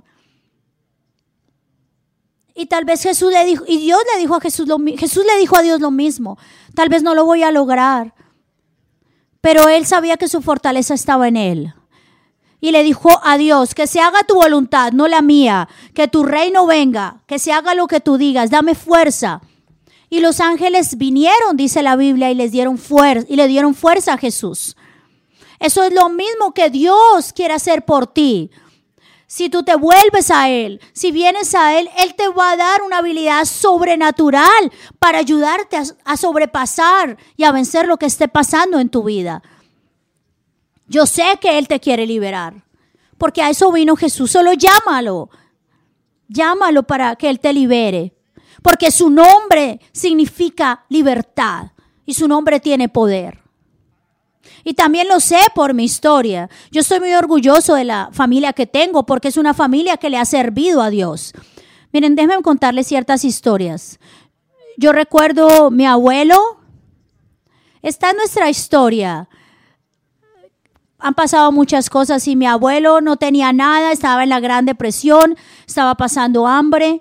A: Y tal vez Jesús le dijo, y Dios le dijo a Jesús lo mismo, Jesús le dijo a Dios lo mismo, tal vez no lo voy a lograr, pero él sabía que su fortaleza estaba en él. Y le dijo a Dios, que se haga tu voluntad, no la mía, que tu reino venga, que se haga lo que tú digas, dame fuerza. Y los ángeles vinieron, dice la Biblia, y les dieron fuerza, y le dieron fuerza a Jesús. Eso es lo mismo que Dios quiere hacer por ti. Si tú te vuelves a Él, si vienes a Él, Él te va a dar una habilidad sobrenatural para ayudarte a, a sobrepasar y a vencer lo que esté pasando en tu vida. Yo sé que Él te quiere liberar, porque a eso vino Jesús. Solo llámalo, llámalo para que Él te libere. Porque su nombre significa libertad y su nombre tiene poder. Y también lo sé por mi historia. Yo estoy muy orgulloso de la familia que tengo porque es una familia que le ha servido a Dios. Miren, déjenme contarles ciertas historias. Yo recuerdo mi abuelo. Está en nuestra historia. han pasado muchas cosas y mi abuelo no tenía nada, estaba en la Gran Depresión, estaba pasando hambre.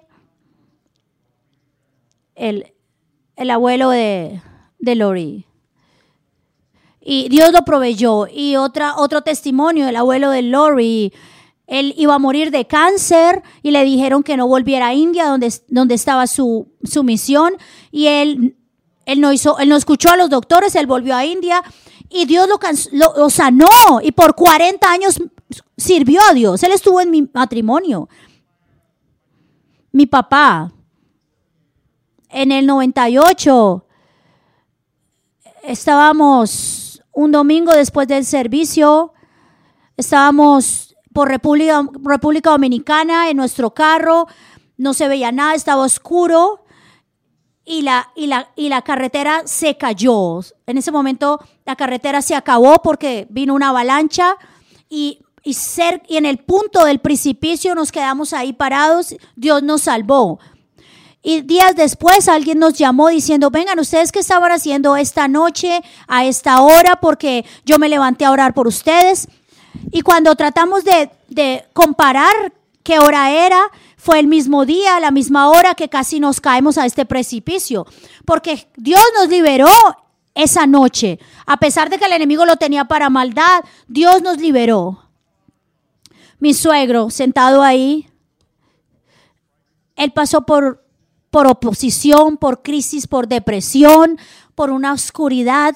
A: El, el abuelo de, de Lori. Y Dios lo proveyó. Y otra, otro testimonio, el abuelo de Lori, él iba a morir de cáncer y le dijeron que no volviera a India, donde, donde estaba su, su misión. Y él, él, no hizo, él no escuchó a los doctores, él volvió a India y Dios lo, lo, lo sanó. Y por cuarenta años sirvió a Dios. Él estuvo en mi matrimonio. Mi papá, en el noventa y ocho, estábamos un domingo después del servicio, estábamos por República, República Dominicana en nuestro carro, no se veía nada, estaba oscuro y la, y, la, y la carretera se cayó. En ese momento la carretera se acabó porque vino una avalancha y, y, ser, y en el punto del precipicio nos quedamos ahí parados. Dios nos salvó. Y días después alguien nos llamó diciendo, vengan, ¿ustedes qué estaban haciendo esta noche a esta hora? Porque yo me levanté a orar por ustedes. Y cuando tratamos de, de comparar qué hora era, fue el mismo día, la misma hora que casi nos caemos a este precipicio. Porque Dios nos liberó esa noche. A pesar de que el enemigo lo tenía para maldad, Dios nos liberó. Mi suegro, sentado ahí, él pasó por... por oposición, por crisis, por depresión, por una oscuridad.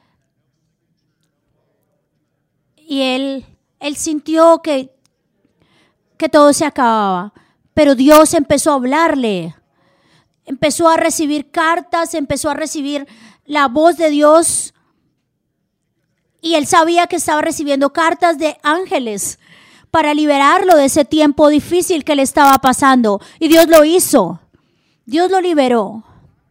A: Y él, él sintió que, que todo se acababa. Pero Dios empezó a hablarle. Empezó a recibir cartas, empezó a recibir la voz de Dios. Y él sabía que estaba recibiendo cartas de ángeles para liberarlo de ese tiempo difícil que le estaba pasando. Y Dios lo hizo. Dios lo liberó.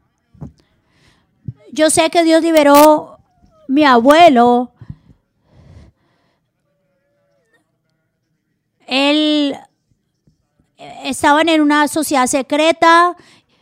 A: Yo sé que Dios liberó a mi abuelo. Él estaban en una sociedad secreta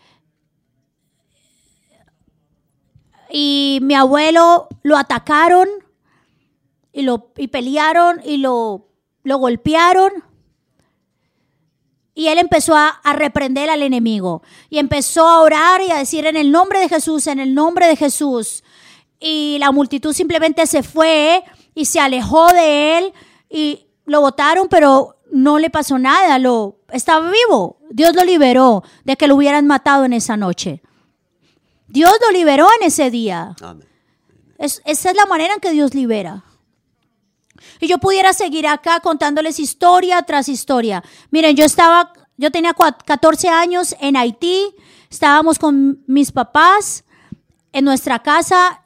A: y mi abuelo lo atacaron y lo y pelearon y lo, lo golpearon. Y él empezó a, a reprender al enemigo. Y empezó a orar y a decir en el nombre de Jesús, en el nombre de Jesús. Y la multitud simplemente se fue y se alejó de él. Y lo botaron, pero no le pasó nada. Lo, estaba vivo. Dios lo liberó de que lo hubieran matado en esa noche. Dios lo liberó en ese día. Amén. Es, esa es la manera en que Dios libera. Y yo pudiera seguir acá contándoles historia tras historia. Miren, yo estaba, yo tenía catorce años en Haití, estábamos con mis papás en nuestra casa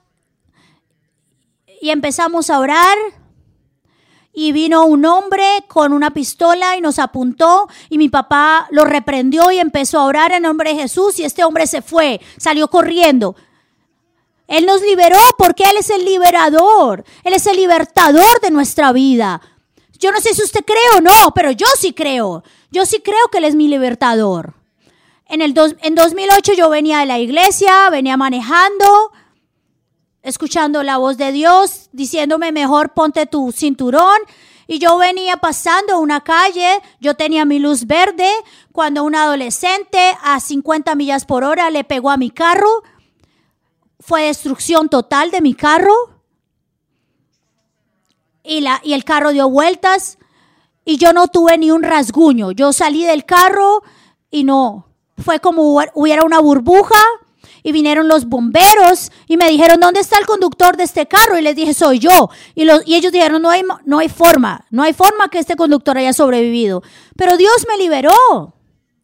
A: y empezamos a orar y vino un hombre con una pistola y nos apuntó y mi papá lo reprendió y empezó a orar en nombre de Jesús y este hombre se fue, salió corriendo. Él nos liberó porque Él es el liberador. Él es el libertador de nuestra vida. Yo no sé si usted cree o no, pero yo sí creo. Yo sí creo que Él es mi libertador. En el dos, en dos mil ocho yo venía de la iglesia, venía manejando, escuchando la voz de Dios, diciéndome mejor ponte tu cinturón. Y yo venía pasando una calle, yo tenía mi luz verde, cuando un adolescente a cincuenta millas por hora le pegó a mi carro. Fue destrucción total de mi carro y, la, y el carro dio vueltas y yo no tuve ni un rasguño. Yo salí del carro y no, fue como hubiera una burbuja y vinieron los bomberos y me dijeron, ¿dónde está el conductor de este carro? Y les dije, soy yo. Y, los, y ellos dijeron, no hay, no hay forma, no hay forma que este conductor haya sobrevivido. Pero Dios me liberó.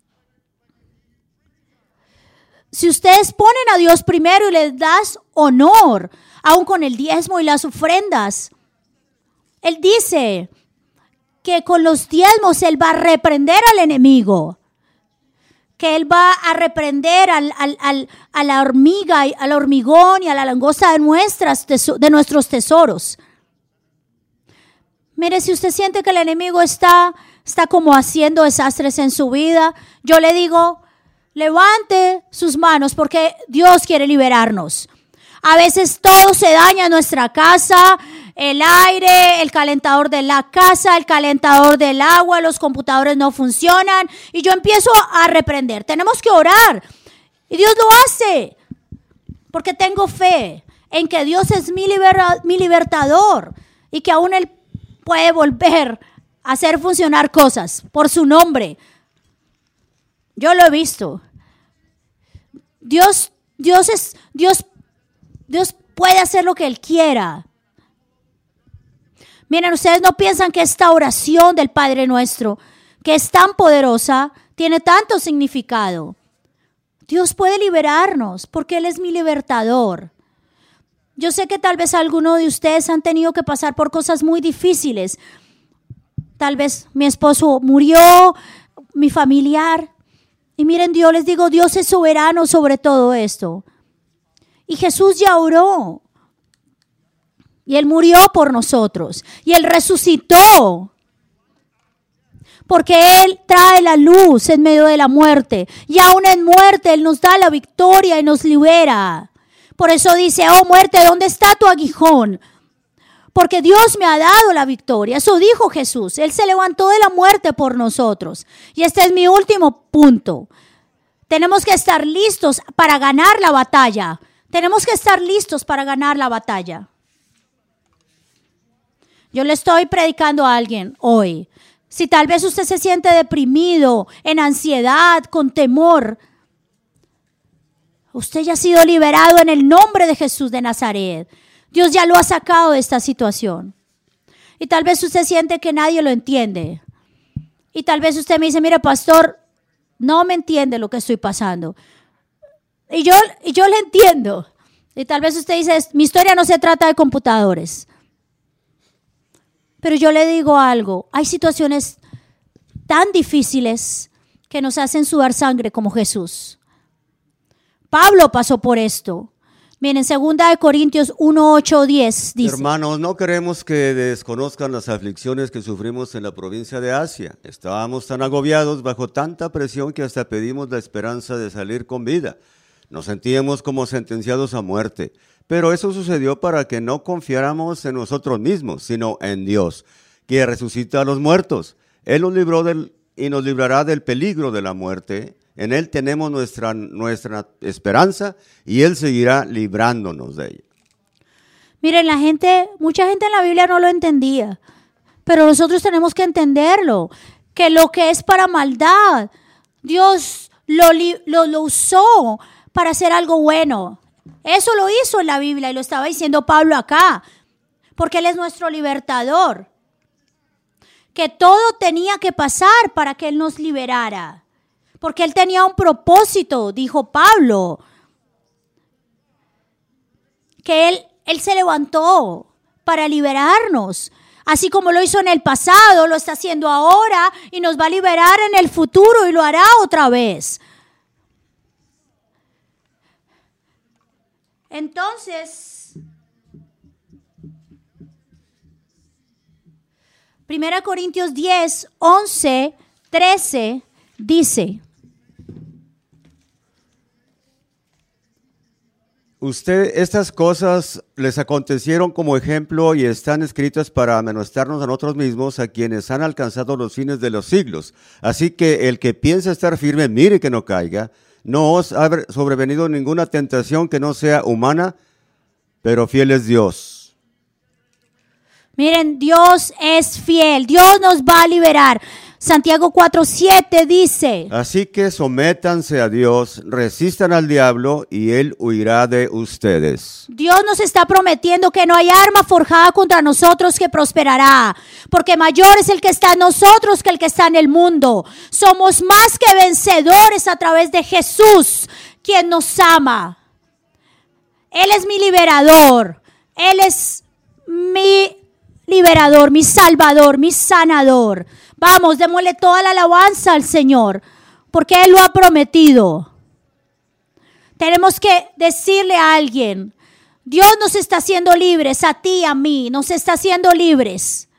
A: Si ustedes ponen a Dios primero y les das honor, aun con el diezmo y las ofrendas, Él dice que con los diezmos Él va a reprender al enemigo, que Él va a reprender al, al, al, a la hormiga, al hormigón y a la langosta de, nuestras, de nuestros tesoros. Mire, si usted siente que el enemigo está, está como haciendo desastres en su vida, yo le digo, levante sus manos porque Dios quiere liberarnos. A veces todo se daña en nuestra casa, el aire, el calentador de la casa, el calentador del agua, los computadores no funcionan y yo empiezo a reprender. Tenemos que orar y Dios lo hace porque tengo fe en que Dios es mi, libera, mi libertador y que aún Él puede volver a hacer funcionar cosas por su nombre. Yo lo he visto. Dios, Dios es, Dios, Dios puede hacer lo que Él quiera. Miren, ustedes no piensan que esta oración del Padre Nuestro, que es tan poderosa, tiene tanto significado. Dios puede liberarnos porque Él es mi libertador. Yo sé que tal vez algunos de ustedes han tenido que pasar por cosas muy difíciles. Tal vez mi esposo murió, mi familiar. Y miren, Dios les digo, Dios es soberano sobre todo esto. Y Jesús ya oró. Y Él murió por nosotros. Y Él resucitó. Porque Él trae la luz en medio de la muerte. Y aún en muerte Él nos da la victoria y nos libera. Por eso dice, oh muerte, ¿dónde está tu aguijón? Porque Dios me ha dado la victoria. Eso dijo Jesús. Él se levantó de la muerte por nosotros. Y este es mi último punto. Tenemos que estar listos para ganar la batalla. Tenemos que estar listos para ganar la batalla. Yo le estoy predicando a alguien hoy. Si tal vez usted se siente deprimido, en ansiedad, con temor, usted ya ha sido liberado en el nombre de Jesús de Nazaret. Dios ya lo ha sacado de esta situación. Y tal vez usted siente que nadie lo entiende. Y tal vez usted me dice, mire pastor, no me entiende lo que estoy pasando. Y yo, y yo le entiendo. Y tal vez usted dice, mi historia no se trata de computadores. Pero yo le digo algo, hay situaciones tan difíciles que nos hacen sudar sangre como Jesús. Pablo pasó por esto. Miren, segunda de Corintios uno, ocho, diez dice.
B: Hermanos, no queremos que desconozcan las aflicciones que sufrimos en la provincia de Asia. Estábamos tan agobiados bajo tanta presión que hasta pedimos la esperanza de salir con vida. Nos sentíamos como sentenciados a muerte. Pero eso sucedió para que no confiáramos en nosotros mismos, sino en Dios, que resucita a los muertos. Él nos libró del, y nos librará del peligro de la muerte. En Él tenemos nuestra, nuestra esperanza y Él seguirá librándonos de ella.
A: Miren, la gente, mucha gente en la Biblia no lo entendía, pero nosotros tenemos que entenderlo, que lo que es para maldad, Dios lo, lo, lo usó para hacer algo bueno. Eso lo hizo en la Biblia y lo estaba diciendo Pablo acá, porque Él es nuestro libertador. Que todo tenía que pasar para que Él nos liberara. Porque Él tenía un propósito, dijo Pablo. Que Él, Él se levantó para liberarnos. Así como lo hizo en el pasado, lo está haciendo ahora y nos va a liberar en el futuro y lo hará otra vez. Entonces, Primera Corintios diez, once, trece dice:
B: Usted, estas cosas les acontecieron como ejemplo y están escritas para amonestarnos a nosotros mismos, a quienes han alcanzado los fines de los siglos. Así que el que piensa estar firme, mire que no caiga. No os ha sobrevenido ninguna tentación que no sea humana, pero fiel es Dios.
A: Miren, Dios es fiel. Dios nos va a liberar. Santiago cuatro, siete dice:
B: Así que sométanse a Dios, resistan al diablo y él huirá de ustedes.
A: Dios nos está prometiendo que no hay arma forjada contra nosotros que prosperará, porque mayor es el que está en nosotros que el que está en el mundo. Somos más que vencedores a través de Jesús, quien nos ama. Él es mi liberador. Él es mi liberador, mi salvador, mi sanador. Vamos, démosle toda la alabanza al Señor, porque Él lo ha prometido. Tenemos que decirle a alguien: Dios nos está haciendo libres, a ti y a mí, nos está haciendo libres.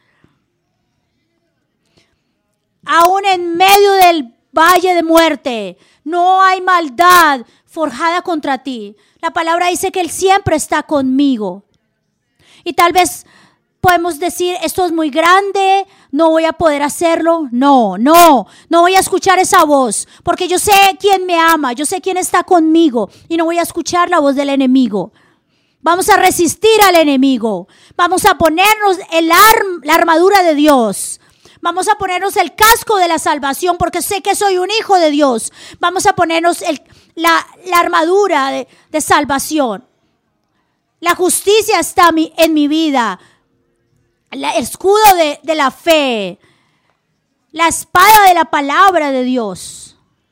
A: Aún en medio del valle de muerte, no hay maldad forjada contra ti. La palabra dice que Él siempre está conmigo. Y tal vez podemos decir, esto es muy grande, no voy a poder hacerlo. No, no, no voy a escuchar esa voz, porque yo sé quién me ama, yo sé quién está conmigo y no voy a escuchar la voz del enemigo. Vamos a resistir al enemigo. Vamos a ponernos el arm, la armadura de Dios. Vamos a ponernos el casco de la salvación porque sé que soy un hijo de Dios. Vamos a ponernos el, la, la armadura de, de salvación. La justicia está mi, en mi vida. La, el escudo de, de la fe. La espada de la palabra de Dios.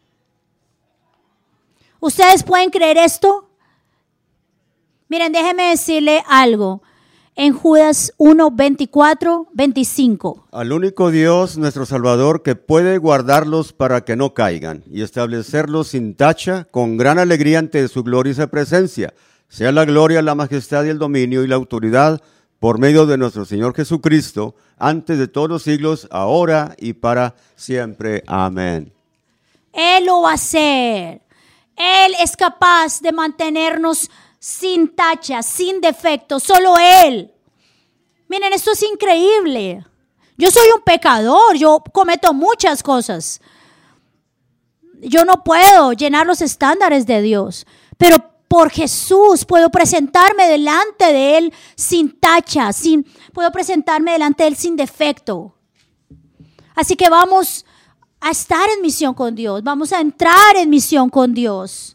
A: ¿Ustedes pueden creer esto? Miren, déjenme decirle algo. En Judas uno, veinticuatro, veinticinco.
B: Al único Dios, nuestro Salvador, que puede guardarlos para que no caigan y establecerlos sin tacha, con gran alegría ante su gloriosa presencia. Sea la gloria, la majestad y el dominio y la autoridad por medio de nuestro Señor Jesucristo, antes de todos los siglos, ahora y para siempre. Amén.
A: Él lo va a hacer. Él es capaz de mantenernos sin tacha, sin defecto, solo Él. Miren, esto es increíble. Yo soy un pecador, yo cometo muchas cosas. Yo no puedo llenar los estándares de Dios, pero por Jesús puedo presentarme delante de Él sin tacha, sin, puedo presentarme delante de Él sin defecto. Así que vamos a estar en misión con Dios, vamos a entrar en misión con Dios.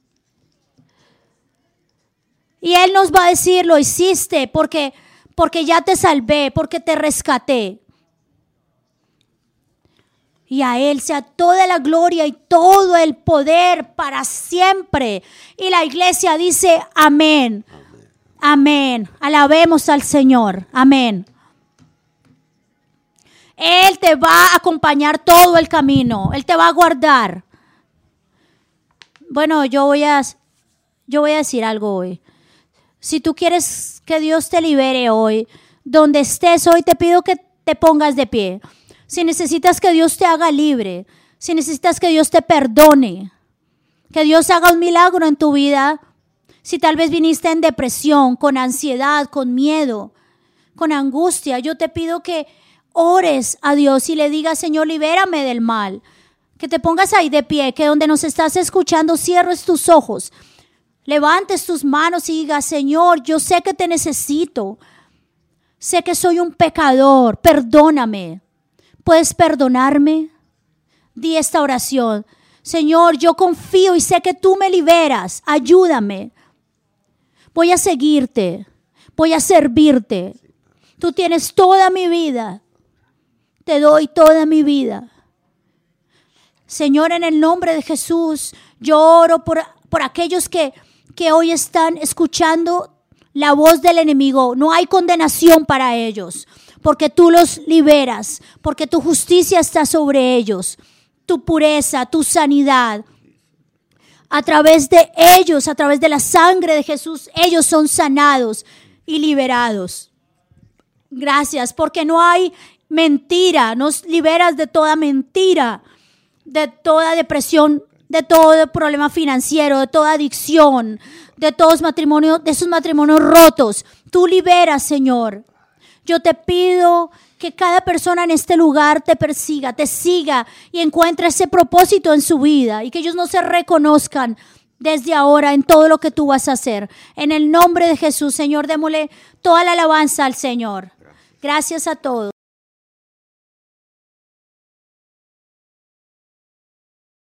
A: Y Él nos va a decir, lo hiciste porque, porque ya te salvé, porque te rescaté. Y a Él sea toda la gloria y todo el poder para siempre. Y la iglesia dice, amén. Amén. Amén. Alabemos al Señor. Amén. Él te va a acompañar todo el camino. Él te va a guardar. Bueno, yo voy a, yo voy a decir algo hoy. Si tú quieres que Dios te libere hoy, donde estés hoy, te pido que te pongas de pie. Si necesitas que Dios te haga libre, si necesitas que Dios te perdone, que Dios haga un milagro en tu vida, si tal vez viniste en depresión, con ansiedad, con miedo, con angustia, yo te pido que ores a Dios y le digas, Señor, libérame del mal. Que te pongas ahí de pie, que donde nos estás escuchando, cierres tus ojos. Levantes tus manos y digas, Señor, yo sé que te necesito. Sé que soy un pecador, perdóname. ¿Puedes perdonarme? Di esta oración. Señor, yo confío y sé que tú me liberas. Ayúdame. Voy a seguirte. Voy a servirte. Tú tienes toda mi vida. Te doy toda mi vida. Señor, en el nombre de Jesús, yo oro por, por aquellos que que hoy están escuchando la voz del enemigo. No hay condenación para ellos, porque tú los liberas, porque tu justicia está sobre ellos, tu pureza, tu sanidad. A través de ellos, a través de la sangre de Jesús, ellos son sanados y liberados. Gracias, porque no hay mentira. Nos liberas de toda mentira, de toda depresión, de todo problema financiero, de toda adicción, de todos matrimonios, de esos matrimonios rotos. Tú liberas, Señor. Yo te pido que cada persona en este lugar te persiga, te siga y encuentre ese propósito en su vida y que ellos no se reconozcan desde ahora en todo lo que tú vas a hacer. En el nombre de Jesús, Señor, démosle toda la alabanza al Señor. Gracias a todos.